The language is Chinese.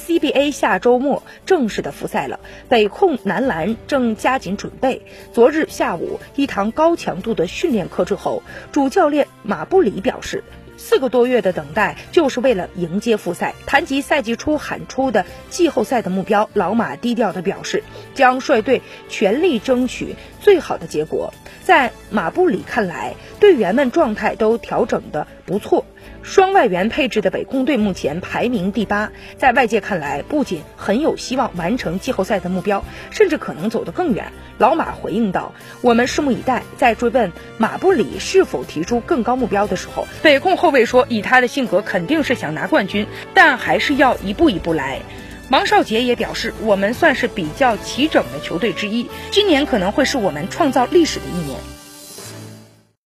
CBA 下周末正式的复赛了，北控男篮正加紧准备。昨日下午一堂高强度的训练课之后，主教练马布里表示，4个多月的等待就是为了迎接复赛。谈及赛季初喊出的季后赛的目标，老马低调的表示将率队全力争取最好的结果。在马布里看来，队员们状态都调整得不错，双外援配置的北控队目前排名第8，在外界看来不仅很有希望完成季后赛的目标，甚至可能走得更远。老马回应道，我们拭目以待。在追问马布里是否提出更高目标的时候，北控后卫说，以他的性格肯定是想拿冠军，但还是要一步一步来。王少杰也表示，我们算是比较齐整的球队之一，今年可能会是我们创造历史的一年。